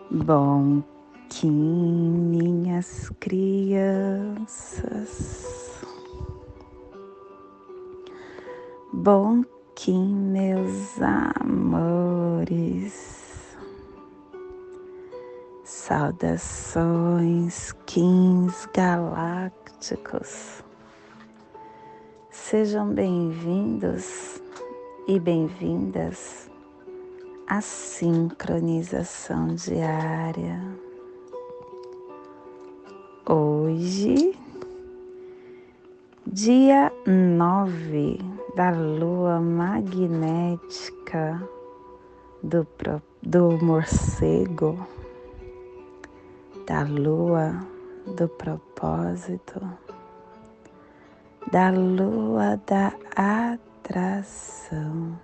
Bom que minhas crianças, bom que meus amores, saudações, Kins galácticos, sejam bem-vindos e bem-vindas à sincronização diária. Hoje, dia 9 da lua magnética do morcego, da lua do propósito, da lua da atração,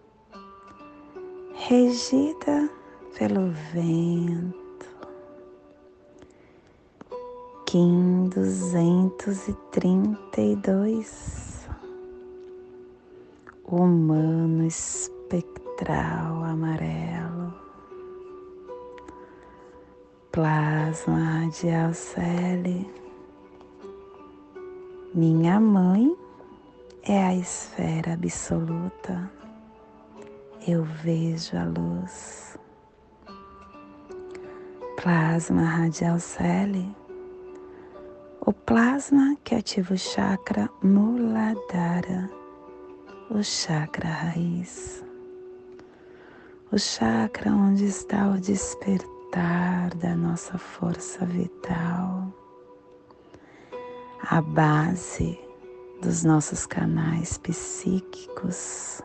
regida pelo vento, Kim 232, humano espectral amarelo, plasma radial Celi. Minha mãe é a esfera absoluta, eu vejo a luz. Plasma radial Celi, o plasma que ativa o chakra Muladhara, o chakra raiz, o chakra onde está o despertar da nossa força vital, a base dos nossos canais psíquicos,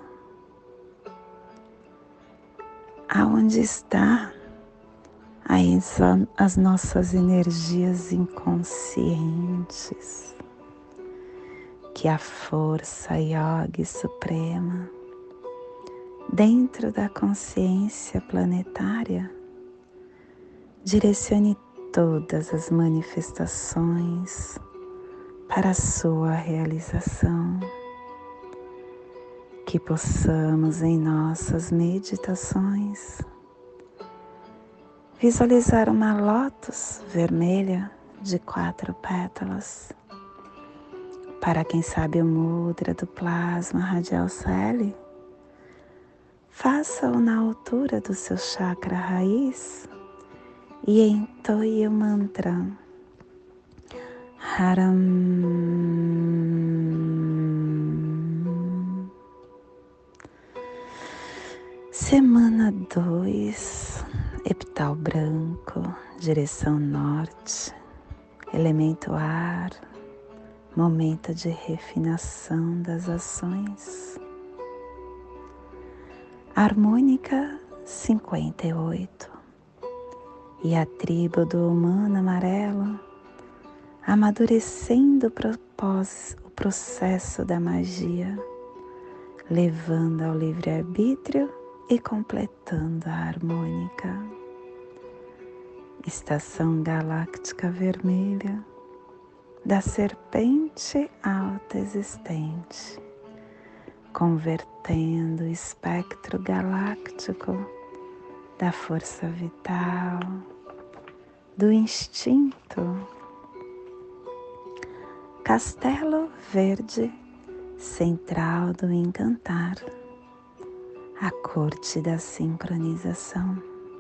aonde está aí são as nossas energias inconscientes, que a força yogi suprema, dentro da consciência planetária, direcione todas as manifestações para a sua realização, que possamos em nossas meditações visualizar uma lótus vermelha de 4 pétalas. Para quem sabe o mudra do plasma radial Celi, faça-o na altura do seu chakra raiz e entoie o mantra Haram. Semana 2, epital branco, direção norte, elemento ar, momento de refinação das ações. Harmônica 58 e a tribo do humano amarelo, amadurecendo o processo da magia, levando ao livre-arbítrio e completando a harmônica. Estação galáctica vermelha da serpente alta existente, convertendo o espectro galáctico da força vital, do instinto. Castelo verde central do encantar, a corte da sincronização.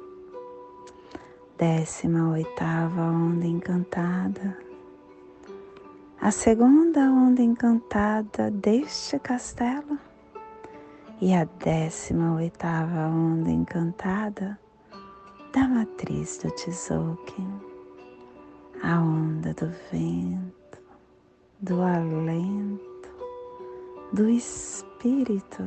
18ª onda encantada, a segunda onda encantada deste castelo e a 18ª onda encantada da matriz do Tzolk'in, a onda do vento, do alento, do espírito,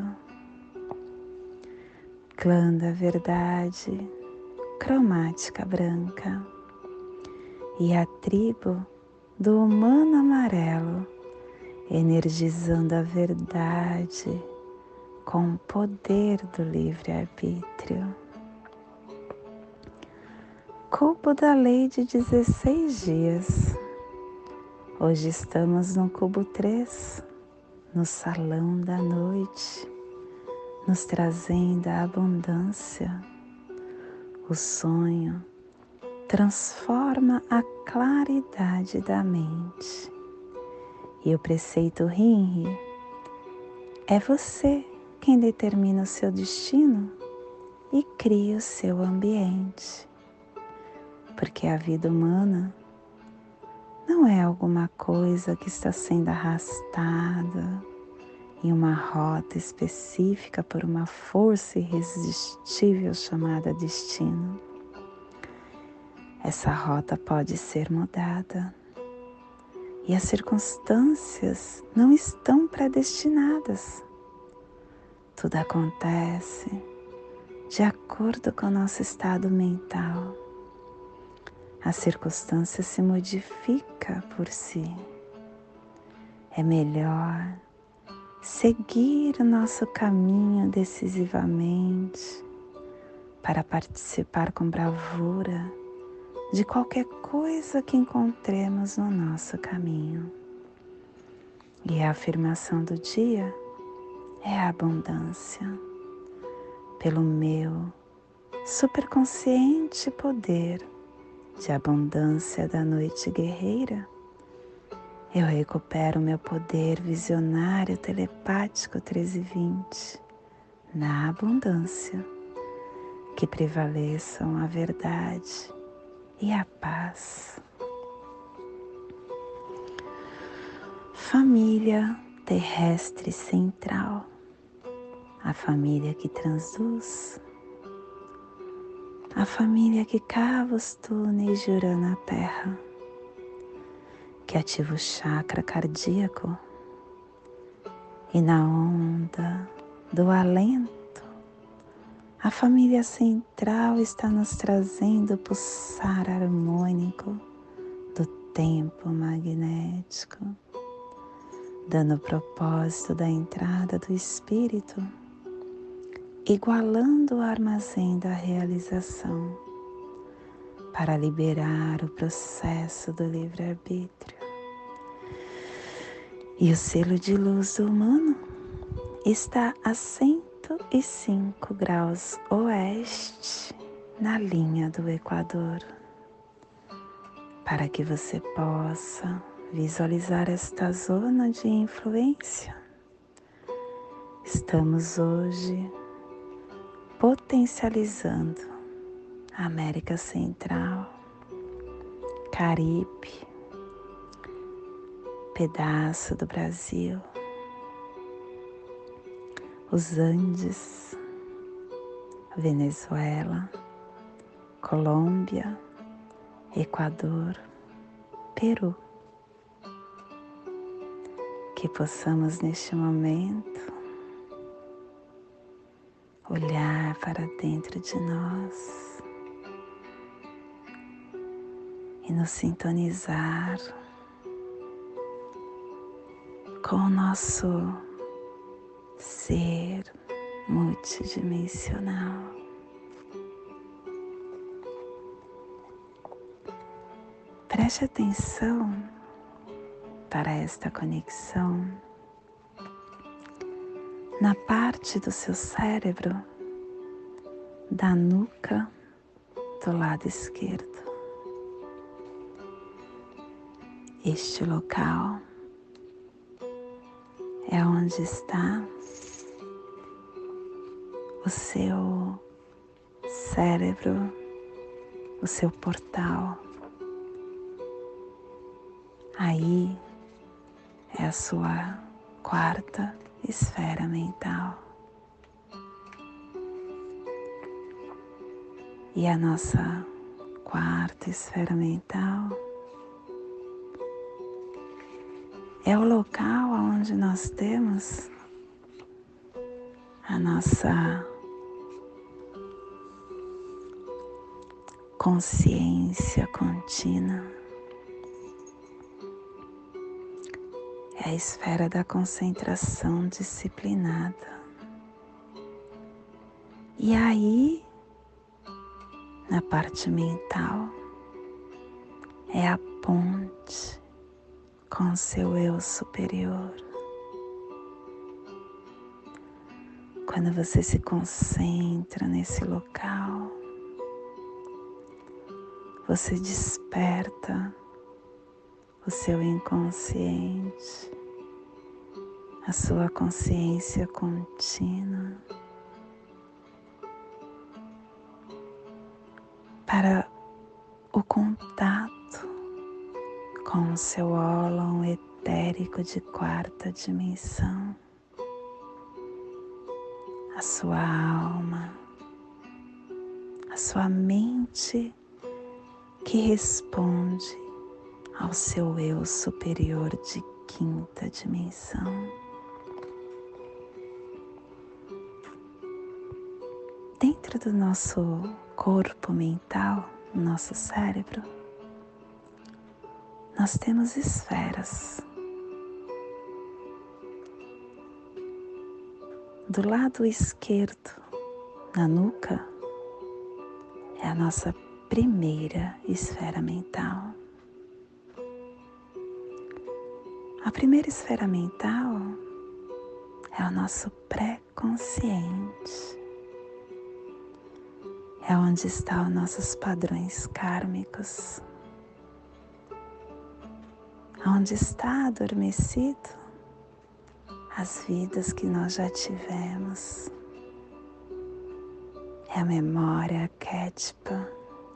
clã da verdade, cromática branca, e a tribo do humano amarelo, energizando a verdade com o poder do livre-arbítrio. Cubo da lei de 16 dias. Hoje estamos no cubo 3, no salão da noite, nos trazendo a abundância, o sonho transforma a claridade da mente. E o preceito Rinri é você quem determina o seu destino e cria o seu ambiente. Porque a vida humana não é alguma coisa que está sendo arrastada em uma rota específica por uma força irresistível chamada destino. Essa rota pode ser mudada e as circunstâncias não estão predestinadas. Tudo acontece de acordo com o nosso estado mental. A circunstância se modifica por si. É melhor seguir o nosso caminho decisivamente para participar com bravura de qualquer coisa que encontremos no nosso caminho. E a afirmação do dia é a abundância. Pelo meu superconsciente poder de abundância da noite guerreira, eu recupero meu poder visionário telepático 1320 na abundância, que prevaleçam a verdade e a paz. Família terrestre central, a família que transduz, a família que cava os túneis de Urano na Terra, que ativa o chakra cardíaco e na onda do alento, a família central está nos trazendo o pulsar harmônico do tempo magnético, dando o propósito da entrada do espírito, igualando o armazém da realização, para liberar o processo do livre-arbítrio. E o selo de luz do humano está a 105 graus oeste na linha do Equador, para que você possa visualizar esta zona de influência. Estamos hoje potencializando a América Central, Caribe, pedaço do Brasil, os Andes, Venezuela, Colômbia, Equador, Peru. Que possamos neste momento olhar para dentro de nós e nos sintonizar com o nosso ser multidimensional. Preste atenção para esta conexão na parte do seu cérebro da nuca do lado esquerdo. Este local é onde está o seu cérebro, o seu portal. Aí é a sua quarta esfera mental. E a nossa quarta esfera mental é o local onde nós temos a nossa consciência contínua. É a esfera da concentração disciplinada. E aí, na parte mental, é a ponte com o seu eu superior. Quando você se concentra nesse local, você desperta o seu inconsciente, a sua consciência contínua, para o contato com o seu ólon etérico de quarta dimensão, a sua alma, a sua mente que responde ao seu eu superior de quinta dimensão. Dentro do nosso corpo mental, no nosso cérebro, nós temos esferas. Do lado esquerdo, na nuca, é a nossa primeira esfera mental. A primeira esfera mental é o nosso pré-consciente. É onde estão os nossos padrões kármicos. Onde está adormecido as vidas que nós já tivemos. É a memória arquétipa.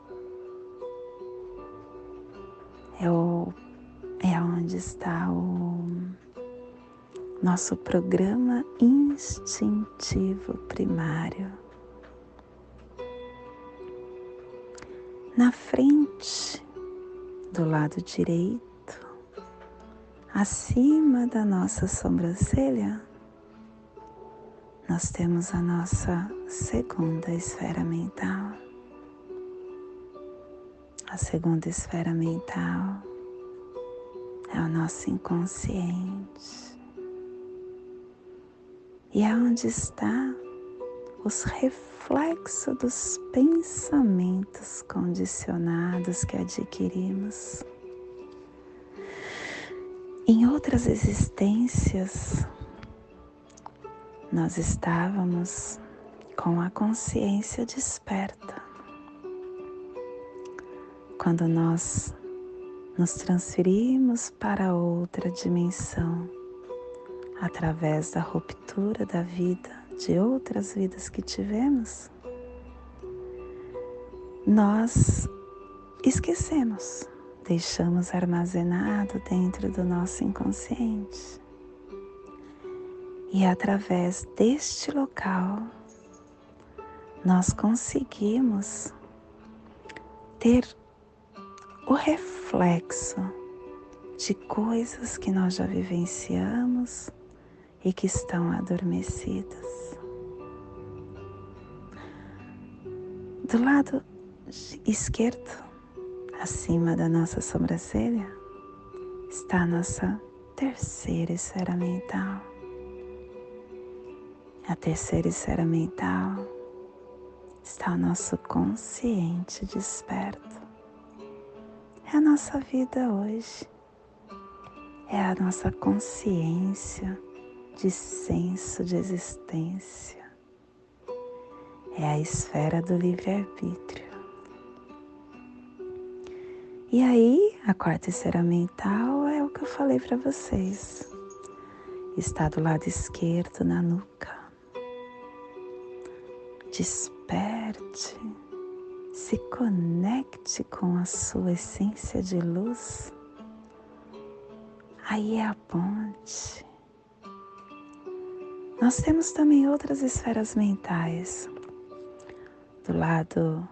É onde está o nosso programa instintivo primário. Na frente, do lado direito, acima da nossa sobrancelha, nós temos a nossa segunda esfera mental. A segunda esfera mental é o nosso inconsciente. E é onde está os reflexos dos pensamentos condicionados que adquirimos. Em outras existências, nós estávamos com a consciência desperta. Quando nós nos transferimos para outra dimensão, através da ruptura da vida, de outras vidas que tivemos, nós esquecemos, deixamos armazenado dentro do nosso inconsciente. E através deste local, nós conseguimos ter o reflexo de coisas que nós já vivenciamos e que estão adormecidas. Do lado esquerdo, acima da nossa sobrancelha, está a nossa terceira esfera mental. A terceira esfera mental está o nosso consciente desperto. É a nossa vida hoje. É a nossa consciência de senso de existência. É a esfera do livre-arbítrio. E aí, a quarta esfera mental é o que eu falei para vocês. Está do lado esquerdo, na nuca. Desperte, se conecte com a sua essência de luz. Aí é a ponte. Nós temos também outras esferas mentais. Do lado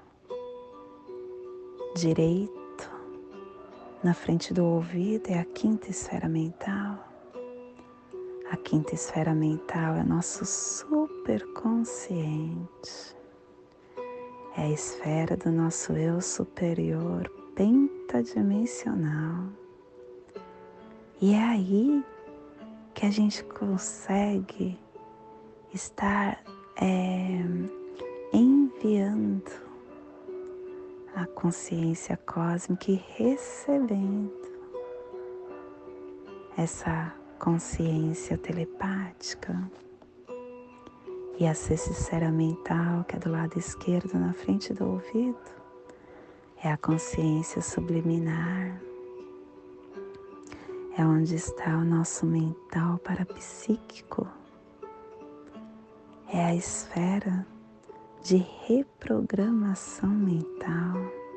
direito, na frente do ouvido, é a quinta esfera mental. A quinta esfera mental é nosso superconsciente. É a esfera do nosso eu superior pentadimensional. E é aí que a gente consegue estar enviando a consciência cósmica e recebendo essa consciência telepática. E a sexta esfera mental, que é do lado esquerdo, na frente do ouvido, é a consciência subliminar, é onde está o nosso mental parapsíquico, é a esfera de reprogramação mental.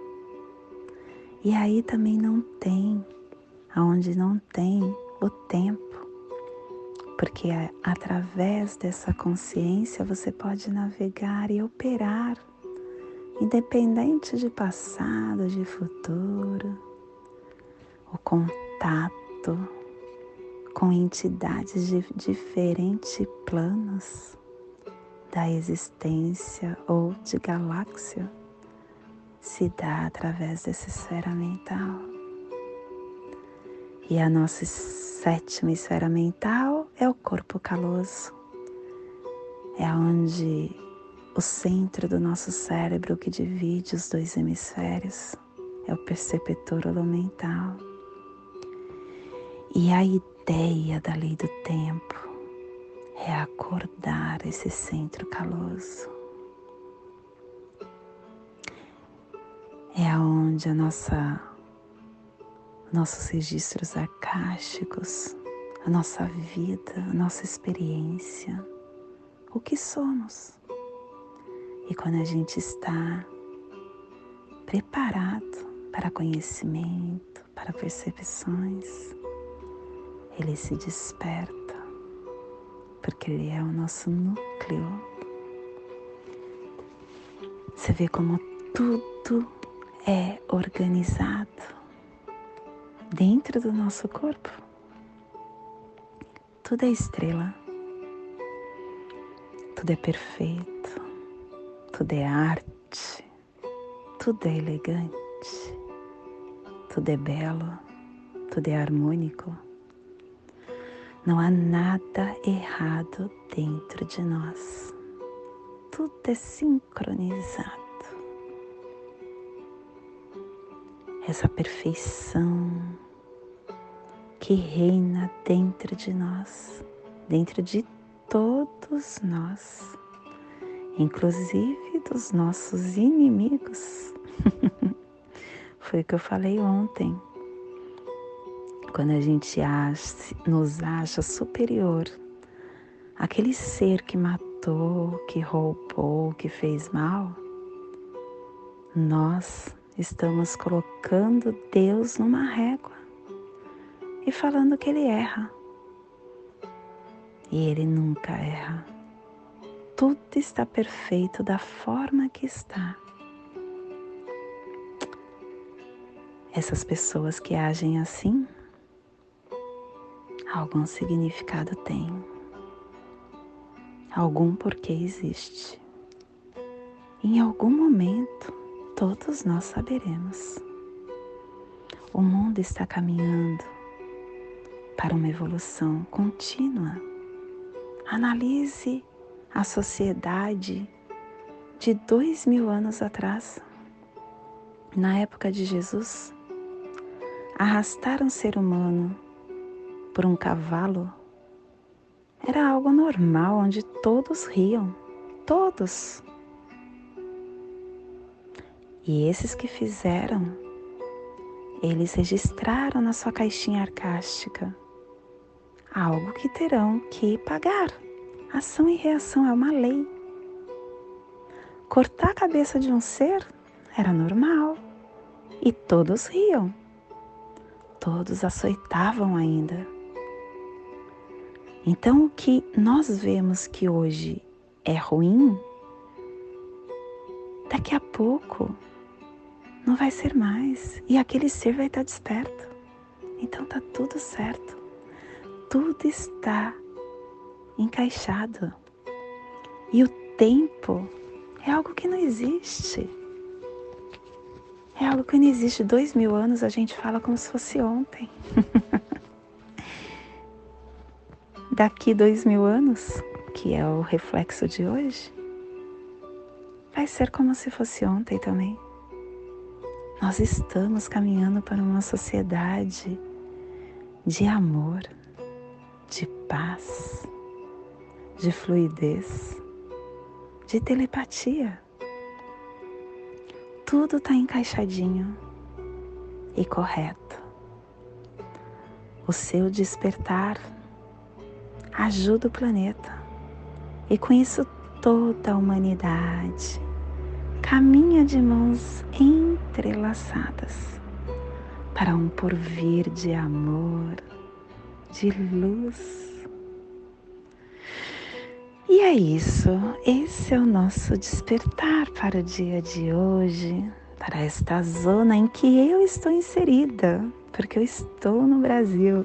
E aí também aonde não tem o tempo, porque através dessa consciência você pode navegar e operar, independente de passado, de futuro, o contato com entidades de diferentes planos da existência ou de galáxia se dá através dessa esfera mental. E a nossa 7ª esfera mental é o corpo caloso. É onde o centro do nosso cérebro que divide os 2 hemisférios é o perceptor holomental. E a ideia da lei do tempo é acordar esse centro caloso. É onde nossos registros arcásticos, a nossa vida, a nossa experiência, o que somos. E quando a gente está preparado para conhecimento, para percepções, ele se desperta, porque ele é o nosso núcleo. Você vê como tudo é organizado dentro do nosso corpo. Tudo é estrela, tudo é perfeito, tudo é arte, tudo é elegante, tudo é belo, tudo é harmônico. Não há nada errado dentro de nós. Tudo é sincronizado. Essa perfeição que reina dentro de nós, dentro de todos nós, inclusive dos nossos inimigos. Foi o que eu falei ontem. Quando a gente nos acha superior, aquele ser que matou, que roubou, que fez mal, nós estamos colocando Deus numa régua e falando que Ele erra. E Ele nunca erra. Tudo está perfeito da forma que está. Essas pessoas que agem assim, algum significado tem. Algum porquê existe. Em algum momento, todos nós saberemos. O mundo está caminhando para uma evolução contínua. Analise a sociedade de 2000 anos atrás. Na época de Jesus, arrastar um ser humano por um cavalo era algo normal, onde todos riam, todos. E esses que fizeram, eles registraram na sua caixinha arcástica algo que terão que pagar. Ação e reação é uma lei. Cortar a cabeça de um ser era normal e todos riam, todos açoitavam ainda. Então, o que nós vemos que hoje é ruim, daqui a pouco não vai ser mais. E aquele ser vai estar desperto. Então tá tudo certo. Tudo está encaixado. E o tempo é algo que não existe. É algo que não existe. 2000 anos a gente fala como se fosse ontem. Daqui 2000 anos, que é o reflexo de hoje, vai ser como se fosse ontem também. Nós estamos caminhando para uma sociedade de amor, de paz, de fluidez, de telepatia. tudo está encaixadinho e correto. O seu despertar ajuda o planeta e com isso toda a humanidade caminha de mãos entrelaçadas para um porvir de amor, de luz. E é isso, esse é o nosso despertar para o dia de hoje, para esta zona em que eu estou inserida, porque eu estou no Brasil.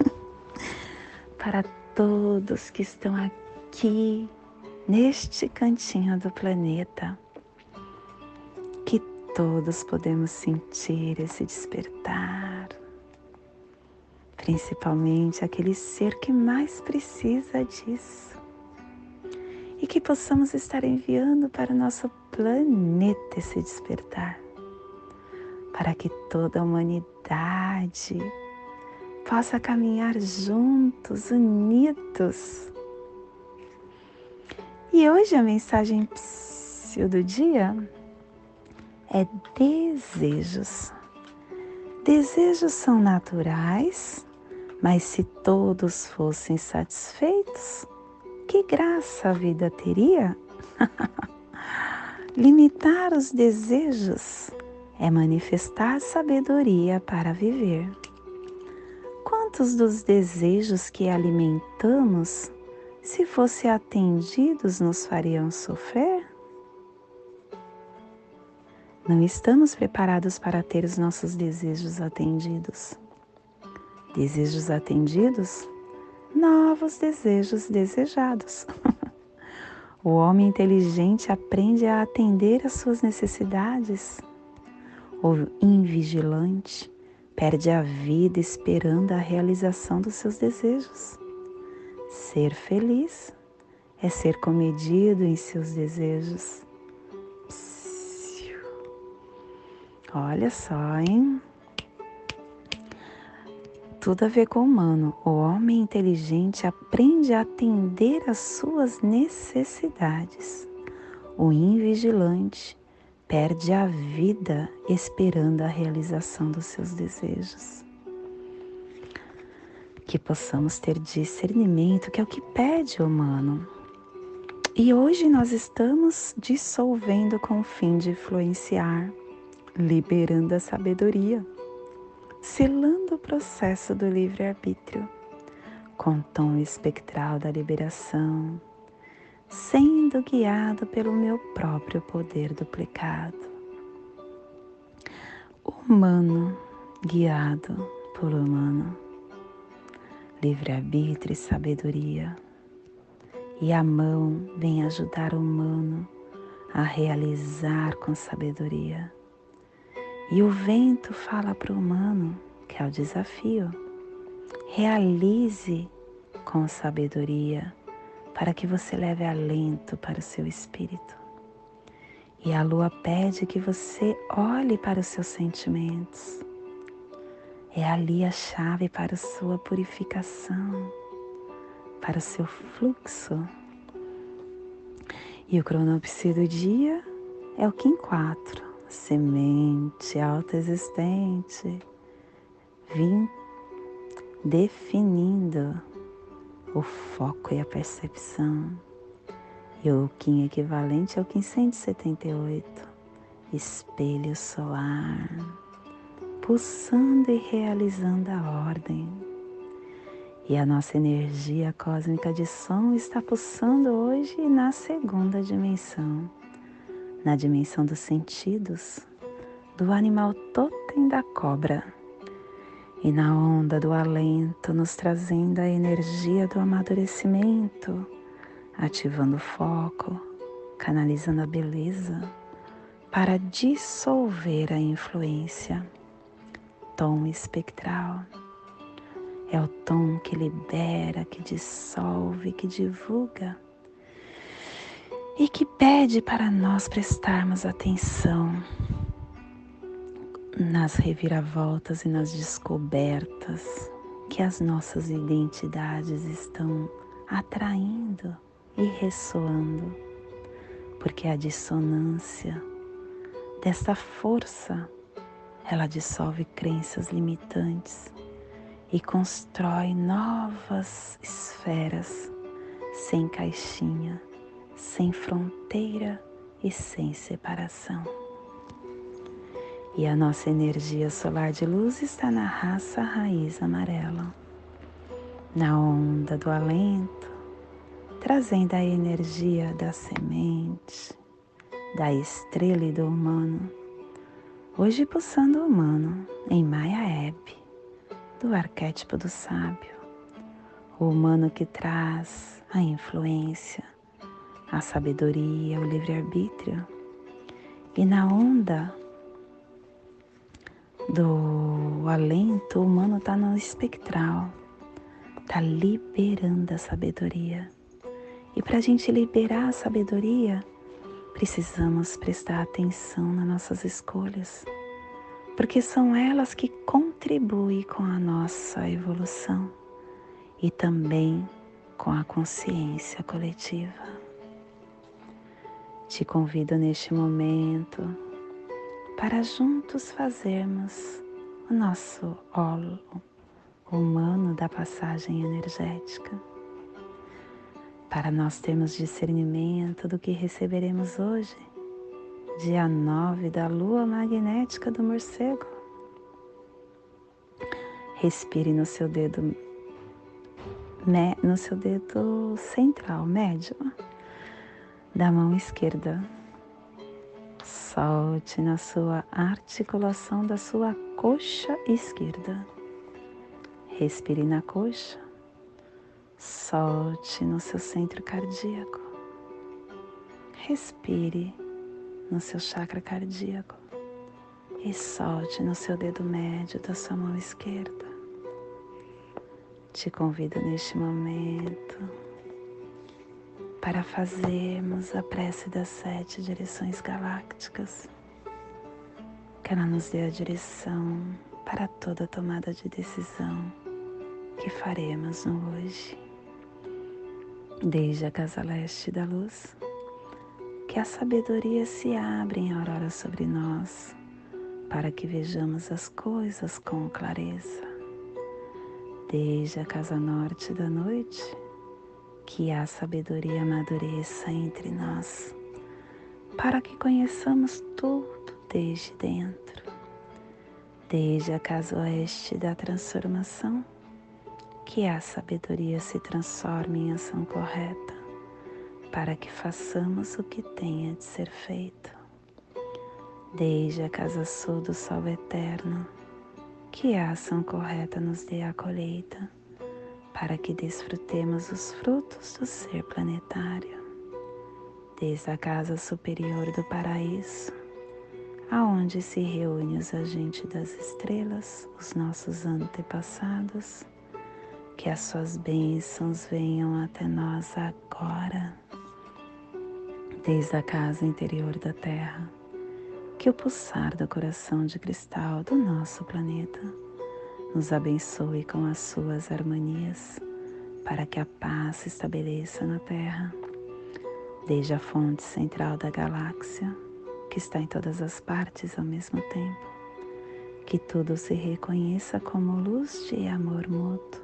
Para todos que estão aqui, neste cantinho do planeta, que todos podemos sentir esse despertar, principalmente aquele ser que mais precisa disso. E que possamos estar enviando para o nosso planeta esse despertar, para que toda a humanidade possa caminhar juntos, unidos. E hoje a mensagem do dia é desejos. Desejos são naturais, mas se todos fossem satisfeitos, que graça a vida teria? Limitar os desejos é manifestar sabedoria para viver. Quantos dos desejos que alimentamos, se fossem atendidos, nos fariam sofrer? Não estamos preparados para ter os nossos desejos atendidos. Desejos atendidos? Novos desejos desejados. O homem inteligente aprende a atender às suas necessidades. O invigilante perde a vida esperando a realização dos seus desejos. Ser feliz é ser comedido em seus desejos. Olha só, hein? Tudo a ver com o humano. O homem inteligente aprende a atender às suas necessidades. O invigilante perde a vida esperando a realização dos seus desejos. Que possamos ter discernimento, que é o que pede o humano. E hoje nós estamos dissolvendo com o fim de influenciar, liberando a sabedoria, selando o processo do livre-arbítrio, com o tom espectral da liberação, sendo guiado pelo meu próprio poder duplicado. Humano, guiado por humano, livre-arbítrio e sabedoria. E a mão vem ajudar o humano a realizar com sabedoria. E o vento fala para o humano, que é o desafio, realize com sabedoria para que você leve alento para o seu espírito. E a lua pede que você olhe para os seus sentimentos. É ali a chave para a sua purificação, para o seu fluxo. E o cronopse do dia é o Kim 4. Semente autoexistente, vim definindo o foco e a percepção. E o Kim equivalente é o Kim 178, espelho solar, pulsando e realizando a ordem. E a nossa energia cósmica de som está pulsando hoje na segunda dimensão, na dimensão dos sentidos, do animal totem da cobra, e na onda do alento, nos trazendo a energia do amadurecimento, ativando o foco, canalizando a beleza, para dissolver a influência. Tom espectral é o tom que libera, que dissolve, que divulga, e que pede para nós prestarmos atenção nas reviravoltas e nas descobertas que as nossas identidades estão atraindo e ressoando, porque a dissonância Dessa força, ela dissolve crenças limitantes e constrói novas esferas, sem caixinha, sem fronteira e sem separação. E a nossa energia solar de luz está na raça raiz amarela, na onda do alento, trazendo a energia da semente, da estrela e do humano, hoje pulsando o humano em Maya Ebb, do arquétipo do sábio, o humano que traz a influência, a sabedoria, o livre-arbítrio. E na onda do alento, o humano está no espectral, está liberando a sabedoria. E para a gente liberar a sabedoria, precisamos prestar atenção nas nossas escolhas, porque são elas que contribuem com a nossa evolução e também com a consciência coletiva. Te convido neste momento para juntos fazermos o nosso olo humano da passagem energética, para nós termos discernimento do que receberemos hoje, dia 9 da lua magnética do morcego. Respire no seu dedo central, médio, da mão esquerda. Solte na sua articulação da sua coxa esquerda. Respire na coxa. Solte no seu centro cardíaco. Respire no seu chakra cardíaco. E solte no seu dedo médio da sua mão esquerda. Te convido neste momento para fazermos a prece das 7 direções galácticas, que ela nos dê a direção para toda tomada de decisão que faremos no hoje. Desde a casa leste da luz, que a sabedoria se abra em aurora sobre nós, para que vejamos as coisas com clareza. Desde a casa norte da noite, que a sabedoria amadureça entre nós, para que conheçamos tudo desde dentro. Desde a casa oeste da transformação, que a sabedoria se transforme em ação correta, para que façamos o que tenha de ser feito. Desde a casa sul do sol eterno, que a ação correta nos dê a colheita, para que desfrutemos os frutos do ser planetário. Desde a casa superior do paraíso, aonde se reúnem os agentes das estrelas, os nossos antepassados, que as suas bênçãos venham até nós agora. Desde a casa interior da Terra, que o pulsar do coração de cristal do nosso planeta nos abençoe com as suas harmonias, para que a paz se estabeleça na Terra. Desde a fonte central da galáxia, que está em todas as partes ao mesmo tempo, que tudo se reconheça como luz de amor mútuo.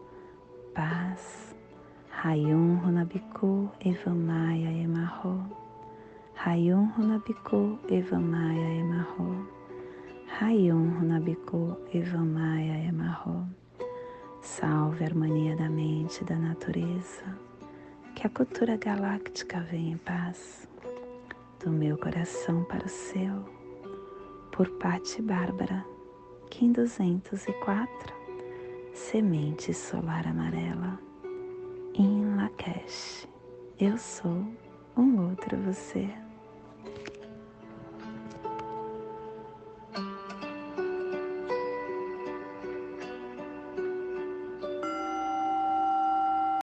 Paz. Rayon Runabiku Evamaya Emarro. Rayon Runabiku Evamaya Emarro. Rayon Runabiku Evamaya Emarro. Salve a harmonia da mente e da natureza. Que a cultura galáctica venha em paz. Do meu coração para o seu. Por Patti Bárbara, Kim 204. Semente solar amarela. Em Lakesh. Eu sou um outro você.